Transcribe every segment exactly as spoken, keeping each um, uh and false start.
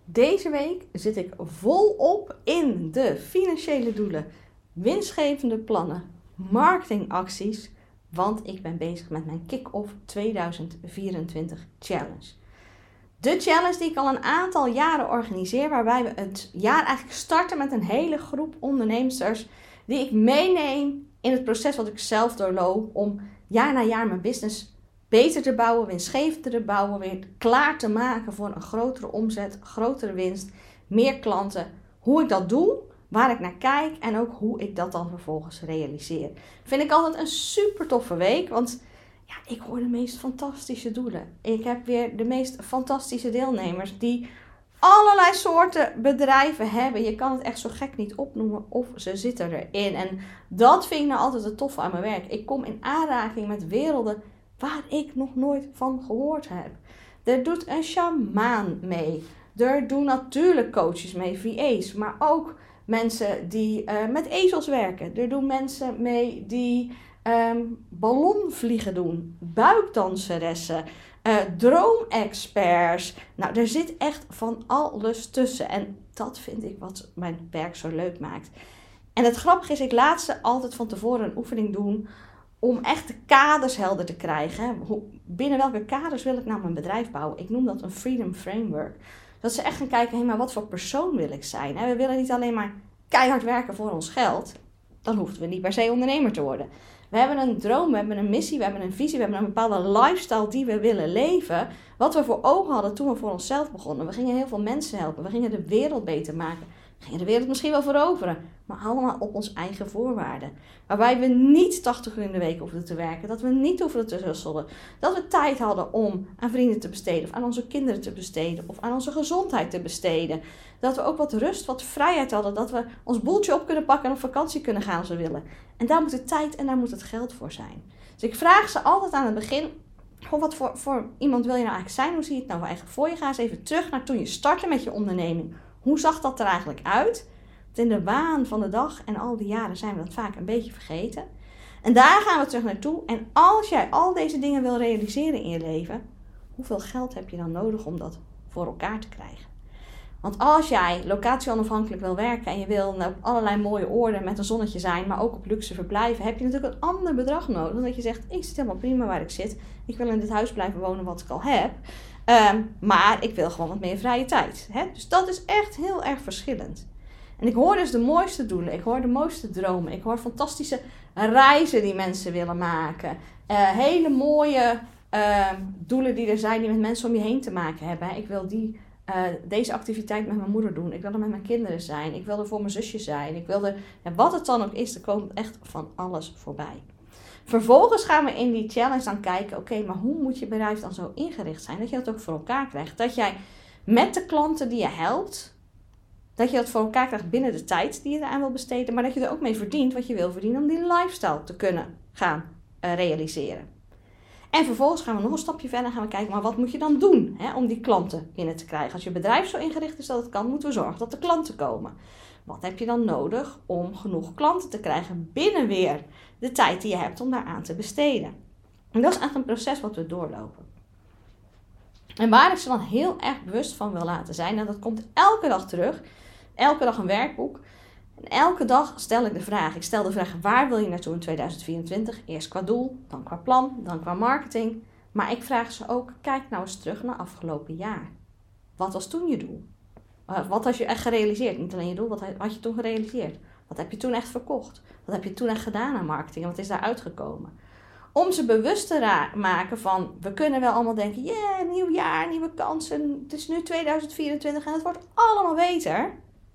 Deze week zit ik volop in de financiële doelen, winstgevende plannen, marketingacties, want ik ben bezig met mijn Kick-Off tweeduizend vierentwintig Challenge. De challenge die ik al een aantal jaren organiseer, waarbij we het jaar eigenlijk starten met een hele groep ondernemers die ik meeneem in het proces wat ik zelf doorloop om jaar na jaar mijn business beter te bouwen, winstgevender te bouwen, weer klaar te maken voor een grotere omzet, grotere winst, meer klanten. Hoe ik dat doe, waar ik naar kijk en ook hoe ik dat dan vervolgens realiseer. Vind ik altijd een super toffe week, want ja, ik hoor de meest fantastische doelen. Ik heb weer de meest fantastische deelnemers die allerlei soorten bedrijven hebben. Je kan het echt zo gek niet opnoemen of ze zitten erin. En dat vind ik nou altijd het toffe aan mijn werk. Ik kom in aanraking met werelden waar ik nog nooit van gehoord heb. Er doet een sjamaan mee. Er doen natuurlijk coaches mee, V A's. Maar ook mensen die uh, met ezels werken. Er doen mensen mee die um, ballonvliegen doen. Buikdanseressen. Uh, droomexperts. Nou, er zit echt van alles tussen. En dat vind ik wat mijn werk zo leuk maakt. En het grappige is, ik laat ze altijd van tevoren een oefening doen om echt de kaders helder te krijgen. Binnen welke kaders wil ik nou mijn bedrijf bouwen? Ik noem dat een Freedom Framework. Dat ze echt gaan kijken, hé, maar wat voor persoon wil ik zijn? We willen niet alleen maar keihard werken voor ons geld. Dan hoeven we niet per se ondernemer te worden. We hebben een droom, we hebben een missie, we hebben een visie, we hebben een bepaalde lifestyle die we willen leven. Wat we voor ogen hadden toen we voor onszelf begonnen. We gingen heel veel mensen helpen, we gingen de wereld beter maken. We gingen de wereld misschien wel veroveren, maar allemaal op onze eigen voorwaarden. Waarbij we niet tachtig uur in de week hoefden te werken, dat we niet hoefden te hustelen. Dat we tijd hadden om aan vrienden te besteden, of aan onze kinderen te besteden, of aan onze gezondheid te besteden. Dat we ook wat rust, wat vrijheid hadden, dat we ons boeltje op kunnen pakken en op vakantie kunnen gaan als we willen. En daar moet de tijd en daar moet het geld voor zijn. Dus ik vraag ze altijd aan het begin, goh, wat voor, voor iemand wil je nou eigenlijk zijn? Hoe zie je het nou eigenlijk voor je? Ga eens even terug naar toen je startte met je onderneming. Hoe zag dat er eigenlijk uit? Want in de waan van de dag en al die jaren zijn we dat vaak een beetje vergeten. En daar gaan we terug naartoe. En als jij al deze dingen wil realiseren in je leven, hoeveel geld heb je dan nodig om dat voor elkaar te krijgen? Want als jij locatie onafhankelijk wil werken en je wil op allerlei mooie oorden met een zonnetje zijn, maar ook op luxe verblijven, heb je natuurlijk een ander bedrag nodig. Dan dat je zegt, ik zit helemaal prima waar ik zit. Ik wil in dit huis blijven wonen wat ik al heb. Um, maar ik wil gewoon wat meer vrije tijd. Hè? Dus dat is echt heel erg verschillend. En ik hoor dus de mooiste doelen. Ik hoor de mooiste dromen. Ik hoor fantastische reizen die mensen willen maken. Uh, hele mooie uh, doelen die er zijn die met mensen om je heen te maken hebben. Ik wil die, uh, deze activiteit met mijn moeder doen. Ik wil er met mijn kinderen zijn. Ik wil er voor mijn zusje zijn. Ik wil er, ja, wat het dan ook is, er komt echt van alles voorbij. Vervolgens gaan we in die challenge dan kijken, oké, okay, maar hoe moet je bedrijf dan zo ingericht zijn? Dat je dat ook voor elkaar krijgt. Dat jij met de klanten die je helpt, dat je dat voor elkaar krijgt binnen de tijd die je eraan wil besteden. Maar dat je er ook mee verdient wat je wil verdienen om die lifestyle te kunnen gaan uh, realiseren. En vervolgens gaan we nog een stapje verder gaan we kijken, maar wat moet je dan doen hè, om die klanten binnen te krijgen? Als je bedrijf zo ingericht is dat het kan, moeten we zorgen dat de klanten komen. Wat heb je dan nodig om genoeg klanten te krijgen binnen weer de tijd die je hebt om daaraan te besteden? En dat is echt een proces wat we doorlopen. En waar ik ze dan heel erg bewust van wil laten zijn, en dat komt elke dag terug, elke dag een werkboek. En elke dag stel ik de vraag, ik stel de vraag, waar wil je naartoe in tweeduizend vierentwintig? Eerst qua doel, dan qua plan, dan qua marketing. Maar ik vraag ze ook, kijk nou eens terug naar afgelopen jaar. Wat was toen je doel? Wat had je echt gerealiseerd? Niet alleen je doel, wat had je toen gerealiseerd? Wat heb je toen echt verkocht? Wat heb je toen echt gedaan aan marketing? En wat is daar uitgekomen? Om ze bewust te ra- maken van, we kunnen wel allemaal denken, yeah, nieuw jaar, nieuwe kansen. Het is nu tweeduizend vierentwintig en het wordt allemaal beter.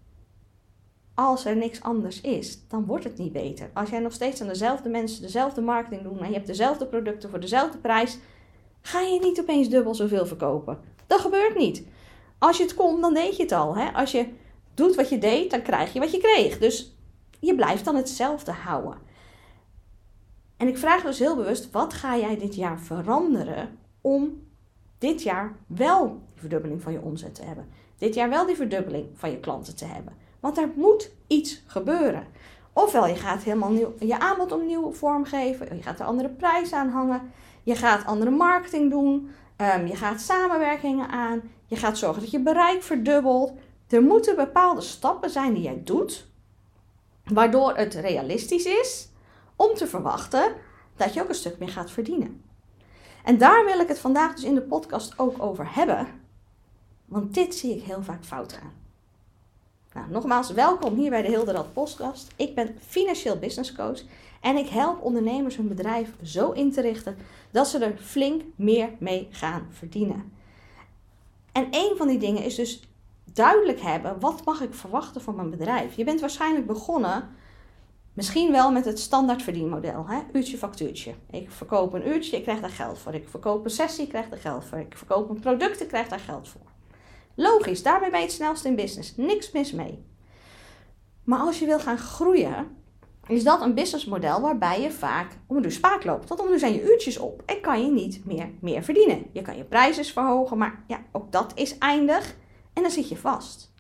Als er niks anders is, dan wordt het niet beter. Als jij nog steeds aan dezelfde mensen, dezelfde marketing doet en je hebt dezelfde producten voor dezelfde prijs, ga je niet opeens dubbel zoveel verkopen. Dat gebeurt niet. Als je het kon, dan deed je het al. Hè? Als je doet wat je deed, dan krijg je wat je kreeg. Dus je blijft dan hetzelfde houden. En ik vraag dus heel bewust, wat ga jij dit jaar veranderen om dit jaar wel die verdubbeling van je omzet te hebben? Dit jaar wel die verdubbeling van je klanten te hebben? Want er moet iets gebeuren. Ofwel je gaat helemaal nieuw, je aanbod opnieuw vormgeven. Je gaat er andere prijzen aan hangen. Je gaat andere marketing doen. Um, je gaat samenwerkingen aan. Je gaat zorgen dat je bereik verdubbelt. Er moeten bepaalde stappen zijn die jij doet, waardoor het realistisch is om te verwachten dat je ook een stuk meer gaat verdienen. En daar wil ik het vandaag dus in de podcast ook over hebben. Want dit zie ik heel vaak fout gaan. Nou, nogmaals, welkom hier bij de Hilde Rad podcast. Ik ben financieel business coach en ik help ondernemers hun bedrijf zo in te richten dat ze er flink meer mee gaan verdienen. En een van die dingen is dus duidelijk hebben, wat mag ik verwachten van mijn bedrijf? Je bent waarschijnlijk begonnen, misschien wel met het standaard verdienmodel, hè? Uurtje factuurtje. Ik verkoop een uurtje, ik krijg daar geld voor. Ik verkoop een sessie, ik krijg daar geld voor. Ik verkoop een product, ik krijg daar geld voor. Logisch, daarmee ben je het snelst in business. Niks mis mee. Maar als je wil gaan groeien, is dat een businessmodel waarbij je vaak om de spaak loopt. Want om de zijn je uurtjes op en kan je niet meer, meer verdienen. Je kan je prijzen verhogen, maar ja, ook dat is eindig en dan zit je vast.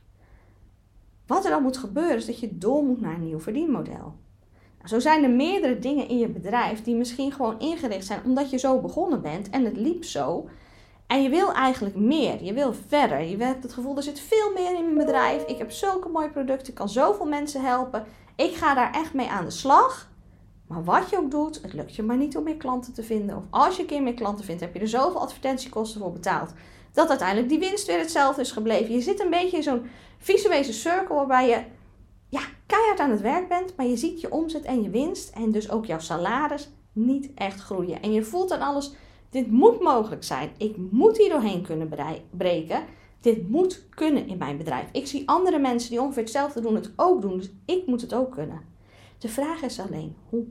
Wat er dan moet gebeuren is dat je door moet naar een nieuw verdienmodel. Nou, zo zijn er meerdere dingen in je bedrijf die misschien gewoon ingericht zijn omdat je zo begonnen bent en het liep zo. En je wil eigenlijk meer, je wil verder. Je hebt het gevoel, er zit veel meer in mijn bedrijf. Ik heb zulke mooie producten, ik kan zoveel mensen helpen. Ik ga daar echt mee aan de slag. Maar wat je ook doet, het lukt je maar niet om meer klanten te vinden. Of als je een keer meer klanten vindt, heb je er zoveel advertentiekosten voor betaald, dat uiteindelijk die winst weer hetzelfde is gebleven. Je zit een beetje in zo'n visuele cirkel waarbij je ja, keihard aan het werk bent, maar je ziet je omzet en je winst en dus ook jouw salaris niet echt groeien. En je voelt aan alles, dit moet mogelijk zijn. Ik moet hier doorheen kunnen breken. Dit moet kunnen in mijn bedrijf. Ik zie andere mensen die ongeveer hetzelfde doen het ook doen. Dus ik moet het ook kunnen. De vraag is alleen hoe.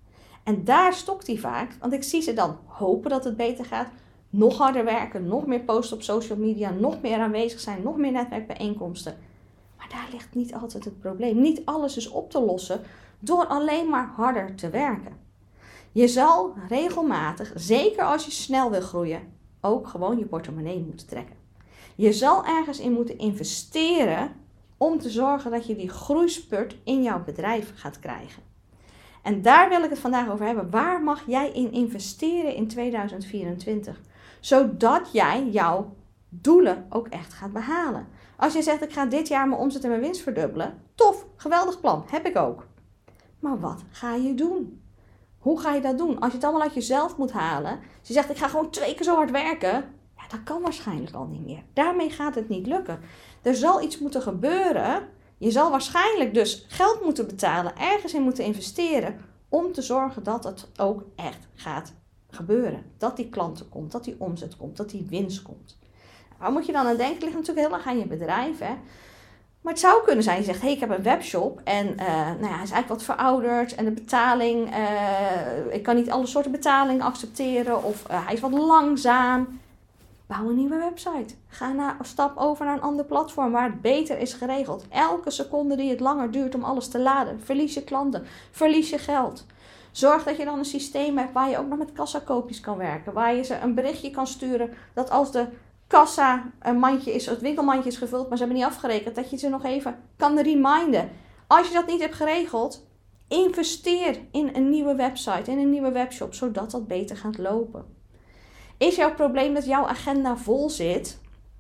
En daar stokt hij vaak. Want ik zie ze dan hopen dat het beter gaat. Nog harder werken. Nog meer posten op social media. Nog meer aanwezig zijn. Nog meer netwerkbijeenkomsten. Maar daar ligt niet altijd het probleem. Niet alles is op te lossen door alleen maar harder te werken. Je zal regelmatig, zeker als je snel wil groeien, ook gewoon je portemonnee moeten trekken. Je zal ergens in moeten investeren om te zorgen dat je die groeispurt in jouw bedrijf gaat krijgen. En daar wil ik het vandaag over hebben. Waar mag jij in investeren in tweeduizend vierentwintig? Zodat jij jouw doelen ook echt gaat behalen. Als je zegt, ik ga dit jaar mijn omzet en mijn winst verdubbelen. Tof, geweldig plan, heb ik ook. Maar wat ga je doen? Hoe ga je dat doen? Als je het allemaal uit jezelf moet halen. Als je zegt, ik ga gewoon twee keer zo hard werken. Ja, dat kan waarschijnlijk al niet meer. Daarmee gaat het niet lukken. Er zal iets moeten gebeuren. Je zal waarschijnlijk dus geld moeten betalen. Ergens in moeten investeren. Om te zorgen dat het ook echt gaat gebeuren. Dat die klanten komt. Dat die omzet komt. Dat die winst komt. Waar moet je dan aan denken? Het ligt natuurlijk heel erg aan je bedrijf, hè. Maar het zou kunnen zijn, je zegt, hé, hey, ik heb een webshop en uh, nou ja, hij is eigenlijk wat verouderd en de betaling, uh, ik kan niet alle soorten betaling accepteren of uh, hij is wat langzaam. Bouw een nieuwe website. Ga naar, stap over naar een ander platform waar het beter is geregeld. Elke seconde die het langer duurt om alles te laden, verlies je klanten, verlies je geld. Zorg dat je dan een systeem hebt waar je ook nog met kassakoopjes kan werken, waar je ze een berichtje kan sturen dat als de kassa een mandje is, het winkelmandje is gevuld, maar ze hebben niet afgerekend, dat je ze nog even kan reminden. Als je dat niet hebt geregeld, investeer in een nieuwe website, in een nieuwe webshop, zodat dat beter gaat lopen. Is jouw probleem dat jouw agenda vol zit,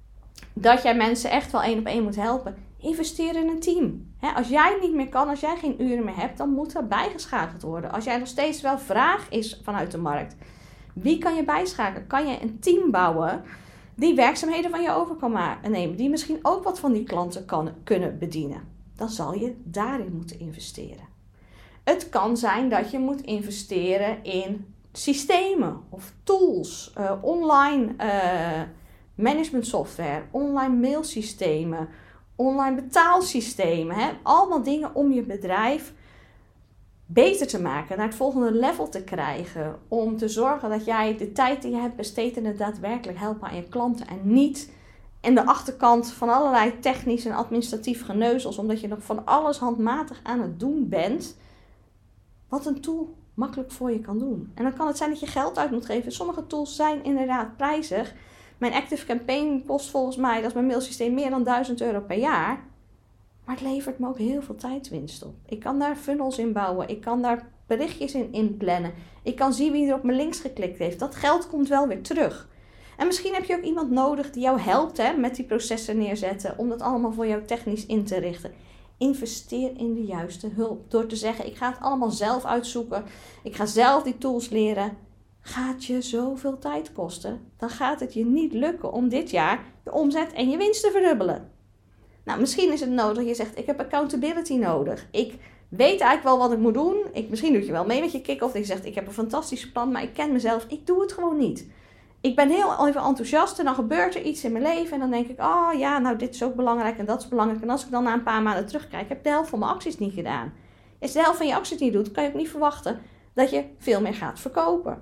dat jij mensen echt wel één op één moet helpen? Investeer in een team. He, als jij niet meer kan, als jij geen uren meer hebt, dan moet er bijgeschakeld worden. Als jij nog steeds wel vraag is vanuit de markt, wie kan je bijschakelen? Kan je een team bouwen die werkzaamheden van je over kan nemen, die misschien ook wat van die klanten kan, kunnen bedienen? Dan zal je daarin moeten investeren. Het kan zijn dat je moet investeren in systemen of tools, uh, online uh, management software, online mailsystemen, online betaalsystemen. Hè? Allemaal dingen om je bedrijf beter te maken, naar het volgende level te krijgen. Om te zorgen dat jij de tijd die je hebt besteed in het daadwerkelijk helpen aan je klanten. En niet in de achterkant van allerlei technisch en administratief geneuzels. Omdat je nog van alles handmatig aan het doen bent. Wat een tool makkelijk voor je kan doen. En dan kan het zijn dat je geld uit moet geven. Sommige tools zijn inderdaad prijzig. Mijn Active Campaign kost volgens mij, dat is mijn mailsysteem, meer dan duizend euro per jaar. Maar het levert me ook heel veel tijdwinst op. Ik kan daar funnels in bouwen. Ik kan daar berichtjes in inplannen. Ik kan zien wie er op mijn links geklikt heeft. Dat geld komt wel weer terug. En misschien heb je ook iemand nodig die jou helpt hè, met die processen neerzetten. Om dat allemaal voor jou technisch in te richten. Investeer in de juiste hulp. Door te zeggen, ik ga het allemaal zelf uitzoeken. Ik ga zelf die tools leren. Gaat je zoveel tijd kosten. Dan gaat het je niet lukken om dit jaar je omzet en je winst te verdubbelen. Nou, misschien is het nodig dat je zegt, ik heb accountability nodig. Ik weet eigenlijk wel wat ik moet doen. Ik, misschien doe je wel mee met je kick-off. Dat je zegt, ik heb een fantastisch plan, maar ik ken mezelf. Ik doe het gewoon niet. Ik ben heel even enthousiast en dan gebeurt er iets in mijn leven. En dan denk ik, oh ja, nou dit is ook belangrijk en dat is belangrijk. En als ik dan na een paar maanden terugkijk, heb ik de helft van mijn acties niet gedaan. Als je de helft van je acties niet doet, kan je ook niet verwachten dat je veel meer gaat verkopen.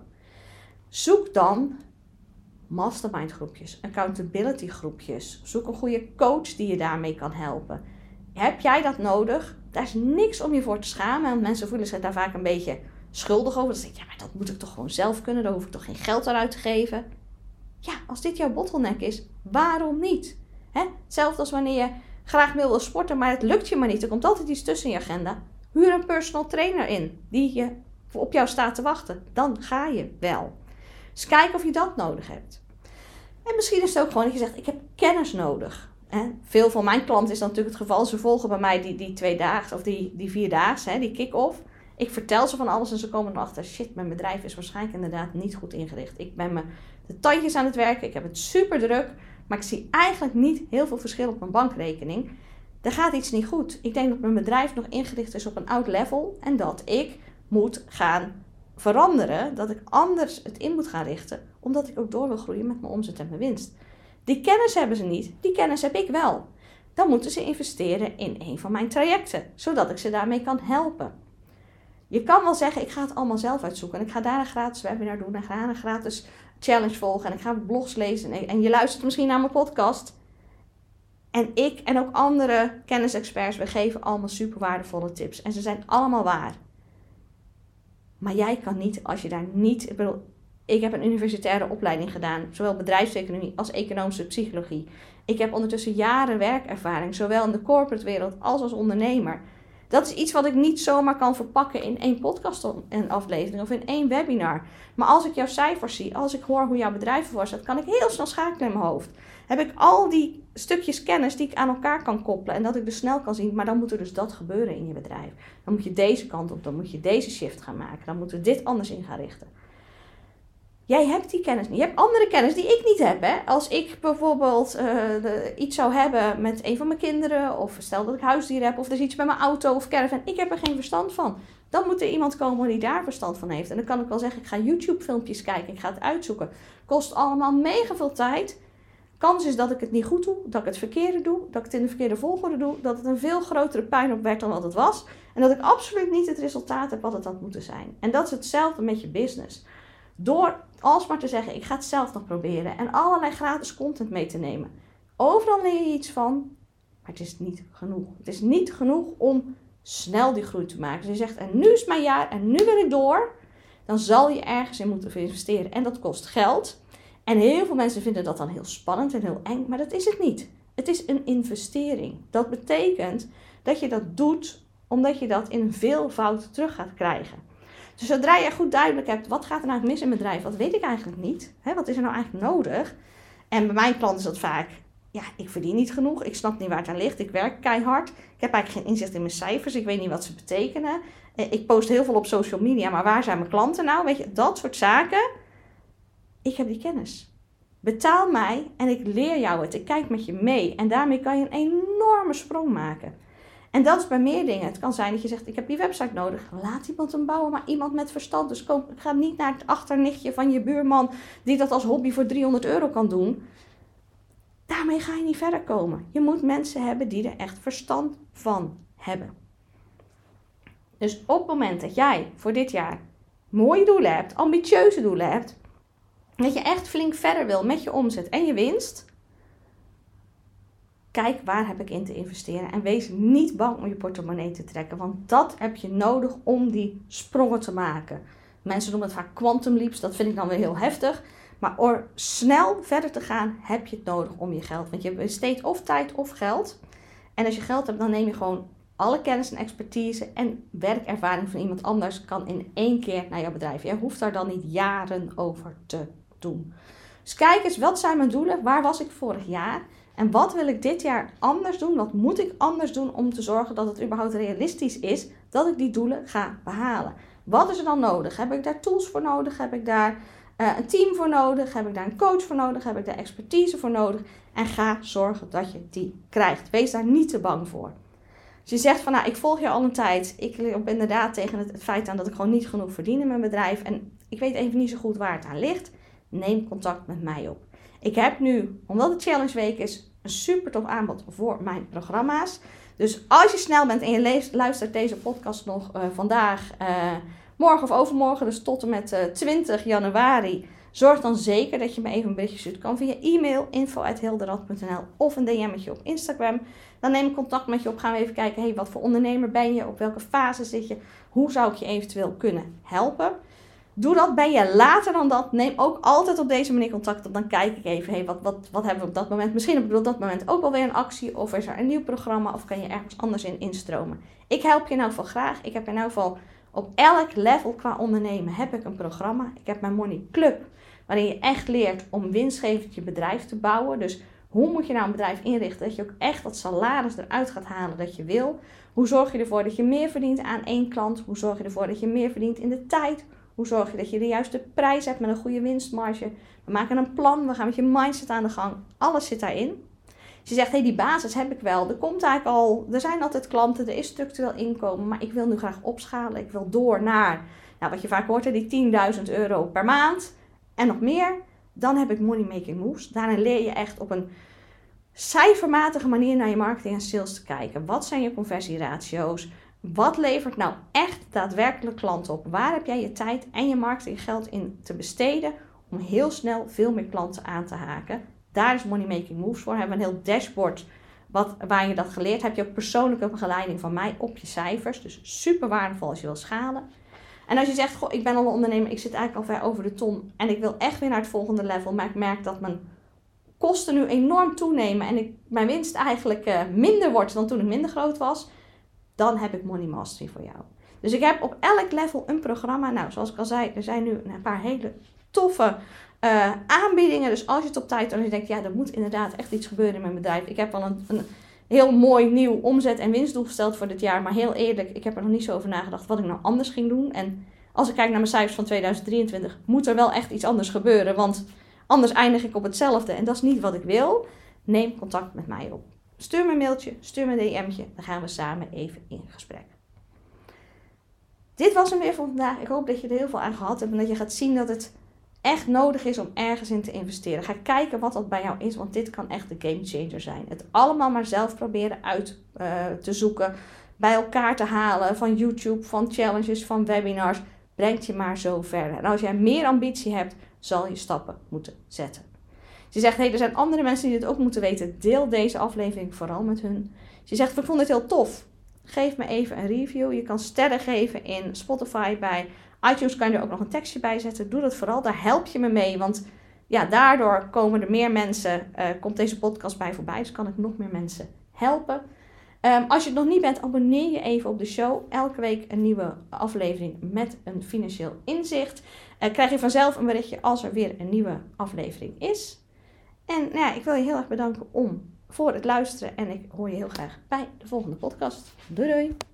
Zoek dan mastermind groepjes, accountability groepjes. Zoek een goede coach die je daarmee kan helpen. Heb jij dat nodig? Daar is niks om je voor te schamen. Want mensen voelen zich daar vaak een beetje schuldig over. Dan zeg je, ja, maar dat moet ik toch gewoon zelf kunnen. Daar hoef ik toch geen geld aan uit te geven. Ja, als dit jouw bottleneck is, waarom niet? Hè? Hetzelfde als wanneer je graag wil sporten, maar het lukt je maar niet. Er komt altijd iets tussen in je agenda. Huur een personal trainer in die je op jou staat te wachten. Dan ga je wel. Dus kijk of je dat nodig hebt. En misschien is het ook gewoon dat je zegt, ik heb kennis nodig. En veel van mijn klanten is dan natuurlijk het geval. Ze volgen bij mij die, die twee dagen of die, die vierdaagse, hè, die kick-off. Ik vertel ze van alles en ze komen erachter. Shit, mijn bedrijf is waarschijnlijk inderdaad niet goed ingericht. Ik ben me de tandjes aan het werken. Ik heb het super druk. Maar ik zie eigenlijk niet heel veel verschil op mijn bankrekening. Er gaat iets niet goed. Ik denk dat mijn bedrijf nog ingericht is op een oud level. En dat ik moet gaan veranderen. Dat ik anders het in moet gaan richten. Omdat ik ook door wil groeien met mijn omzet en mijn winst. Die kennis hebben ze niet. Die kennis heb ik wel. Dan moeten ze investeren in een van mijn trajecten. Zodat ik ze daarmee kan helpen. Je kan wel zeggen, ik ga het allemaal zelf uitzoeken. En ik ga daar een gratis webinar doen. En ik ga een gratis challenge volgen. En ik ga blogs lezen. En je luistert misschien naar mijn podcast. En ik en ook andere kennisexperts, we geven allemaal super waardevolle tips. En ze zijn allemaal waar. Maar jij kan niet, als je daar niet... Ik bedoel, ik heb een universitaire opleiding gedaan. Zowel bedrijfseconomie als economische psychologie. Ik heb ondertussen jaren werkervaring. Zowel in de corporate wereld als als ondernemer. Dat is iets wat ik niet zomaar kan verpakken in één podcast en aflevering of in één webinar. Maar als ik jouw cijfers zie, als ik hoor hoe jouw bedrijf ervoor staat, kan ik heel snel schakelen in mijn hoofd. Heb ik al die stukjes kennis die ik aan elkaar kan koppelen en dat ik dus snel kan zien, maar dan moet er dus dat gebeuren in je bedrijf. Dan moet je deze kant op, dan moet je deze shift gaan maken, dan moeten we dit anders in gaan richten. Jij hebt die kennis niet. Je hebt andere kennis die ik niet heb. Hè? Als ik bijvoorbeeld uh, de, iets zou hebben met een van mijn kinderen. Of stel dat ik huisdieren heb. Of er is iets met mijn auto of caravan. Ik heb er geen verstand van. Dan moet er iemand komen die daar verstand van heeft. En dan kan ik wel zeggen, ik ga YouTube filmpjes kijken. Ik ga het uitzoeken. Kost allemaal mega veel tijd. Kans is dat ik het niet goed doe. Dat ik het verkeerde doe. Dat ik het in de verkeerde volgorde doe. Dat het een veel grotere puinhoop werd dan wat het was. En dat ik absoluut niet het resultaat heb wat het had moeten zijn. En dat is hetzelfde met je business. Door alsmaar te zeggen, ik ga het zelf nog proberen. En allerlei gratis content mee te nemen. Overal leer je iets van. Maar het is niet genoeg. Het is niet genoeg om snel die groei te maken. Dus je zegt, en nu is mijn jaar en nu wil ik door. Dan zal je ergens in moeten investeren. En dat kost geld. En heel veel mensen vinden dat dan heel spannend en heel eng. Maar dat is het niet. Het is een investering. Dat betekent dat je dat doet omdat je dat in een veelvoud terug gaat krijgen. Dus zodra je goed duidelijk hebt, wat gaat er nou mis in mijn bedrijf? Wat weet ik eigenlijk niet? Hè? Wat is er nou eigenlijk nodig? En bij mijn klanten is dat vaak, ja, ik verdien niet genoeg. Ik snap niet waar het aan ligt. Ik werk keihard. Ik heb eigenlijk geen inzicht in mijn cijfers. Ik weet niet wat ze betekenen. Ik post heel veel op social media, maar waar zijn mijn klanten nou? Weet je, dat soort zaken. Ik heb die kennis. Betaal mij en ik leer jou het. Ik kijk met je mee. En daarmee kan je een enorme sprong maken. En dat is bij meer dingen. Het kan zijn dat je zegt, ik heb die website nodig. Laat iemand hem bouwen, maar iemand met verstand. Dus kom, ga niet naar het achternichtje van je buurman die dat als hobby voor driehonderd euro kan doen. Daarmee ga je niet verder komen. Je moet mensen hebben die er echt verstand van hebben. Dus op het moment dat jij voor dit jaar mooie doelen hebt, ambitieuze doelen hebt, dat je echt flink verder wil met je omzet en je winst, kijk, waar heb ik in te investeren? En wees niet bang om je portemonnee te trekken. Want dat heb je nodig om die sprongen te maken. Mensen noemen het vaak quantum leaps. Dat vind ik dan weer heel heftig. Maar om snel verder te gaan, heb je het nodig om je geld. Want je besteedt of tijd of geld. En als je geld hebt, dan neem je gewoon alle kennis en expertise en werkervaring van iemand anders kan in één keer naar jouw bedrijf. Je hoeft daar dan niet jaren over te doen. Dus kijk eens, wat zijn mijn doelen? Waar was ik vorig jaar? En wat wil ik dit jaar anders doen? Wat moet ik anders doen om te zorgen dat het überhaupt realistisch is dat ik die doelen ga behalen? Wat is er dan nodig? Heb ik daar tools voor nodig? Heb ik daar uh, een team voor nodig? Heb ik daar een coach voor nodig? Heb ik daar expertise voor nodig? En ga zorgen dat je die krijgt. Wees daar niet te bang voor. Als je zegt van nou, ik volg je al een tijd. Ik loop inderdaad tegen het, het feit aan dat ik gewoon niet genoeg verdien in mijn bedrijf. En ik weet even niet zo goed waar het aan ligt. Neem contact met mij op. Ik heb nu, omdat het Challenge Week is, een super tof aanbod voor mijn programma's. Dus als je snel bent en je leest, luistert deze podcast nog uh, vandaag, uh, morgen of overmorgen, dus tot en met uh, twintig januari. Zorg dan zeker dat je me even een berichtje stuurt. Kan via e-mail info at hilderad punt n l of een D M'tje op Instagram. Dan neem ik contact met je op. Gaan we even kijken, hey, wat voor ondernemer ben je? Op welke fase zit je? Hoe zou ik je eventueel kunnen helpen? Doe dat, ben je later dan dat. Neem ook altijd op deze manier contact op. Dan kijk ik even, hey, wat, wat, wat hebben we op dat moment? Misschien heb ik op dat moment ook wel weer een actie. Of is er een nieuw programma? Of kan je ergens anders in instromen? Ik help je in elk geval graag. Ik heb in elk geval op elk level qua ondernemen heb ik een programma. Ik heb mijn Money Club. Waarin je echt leert om winstgevend je bedrijf te bouwen. Dus hoe moet je nou een bedrijf inrichten dat je ook echt dat salaris eruit gaat halen dat je wil? Hoe zorg je ervoor dat je meer verdient aan één klant? Hoe zorg je ervoor dat je meer verdient in de tijd? Hoe zorg je dat je de juiste prijs hebt met een goede winstmarge? We maken een plan, we gaan met je mindset aan de gang. Alles zit daarin. Als je zegt, hé, hey, die basis heb ik wel. Er komt eigenlijk al, er zijn altijd klanten, er is structureel inkomen. Maar ik wil nu graag opschalen. Ik wil door naar, nou, wat je vaak hoort, die tienduizend euro per maand. En nog meer. Dan heb ik Money Making Moves. Daarin leer je echt op een cijfermatige manier naar je marketing en sales te kijken. Wat zijn je conversieratio's? Wat levert nou echt daadwerkelijk klanten op? Waar heb jij je tijd en je marketinggeld in te besteden om heel snel veel meer klanten aan te haken? Daar is Money Making Moves voor. We hebben een heel dashboard wat, waar je dat geleerd. Heb je ook persoonlijke begeleiding van mij op je cijfers. Dus super waardevol als je wil schalen. En als je zegt, goh, ik ben al een ondernemer, ik zit eigenlijk al ver over de ton en ik wil echt weer naar het volgende level, maar ik merk dat mijn kosten nu enorm toenemen en ik, mijn winst eigenlijk uh, minder wordt dan toen ik minder groot was, dan heb ik Money Mastery voor jou. Dus ik heb op elk level een programma. Nou, zoals ik al zei, er zijn nu een paar hele toffe uh, aanbiedingen. Dus als je het op tijd doet en je denkt, ja, er moet inderdaad echt iets gebeuren in mijn bedrijf. Ik heb al een, een heel mooi nieuw omzet- en winstdoel gesteld voor dit jaar. Maar heel eerlijk, ik heb er nog niet zo over nagedacht wat ik nou anders ging doen. En als ik kijk naar mijn cijfers van tweeduizend drieëntwintig, moet er wel echt iets anders gebeuren. Want anders eindig ik op hetzelfde en dat is niet wat ik wil. Neem contact met mij op. Stuur me een mailtje, stuur me een D M'tje. Dan gaan we samen even in gesprek. Dit was hem weer voor vandaag. Ik hoop dat je er heel veel aan gehad hebt. En dat je gaat zien dat het echt nodig is om ergens in te investeren. Ga kijken wat dat bij jou is. Want dit kan echt de game changer zijn. Het allemaal maar zelf proberen uit uh, te zoeken. Bij elkaar te halen. Van YouTube, van challenges, van webinars. Brengt je maar zo verder. En als jij meer ambitie hebt, zal je stappen moeten zetten. Als je zegt, hé, hey, er zijn andere mensen die dit ook moeten weten. Deel deze aflevering vooral met hun. Als je zegt, ik vond het heel tof. Geef me even een review. Je kan sterren geven in Spotify. Bij iTunes kan je er ook nog een tekstje bij zetten. Doe dat vooral. Daar help je me mee. Want ja, daardoor komen er meer mensen. Uh, komt deze podcast bij voorbij. Dus kan ik nog meer mensen helpen. Um, als je het nog niet bent, abonneer je even op de show. Elke week een nieuwe aflevering met een financieel inzicht. Uh, krijg je vanzelf een berichtje als er weer een nieuwe aflevering is. En nou ja, ik wil je heel erg bedanken om, voor het luisteren. En ik hoor je heel graag bij de volgende podcast. Doei doei!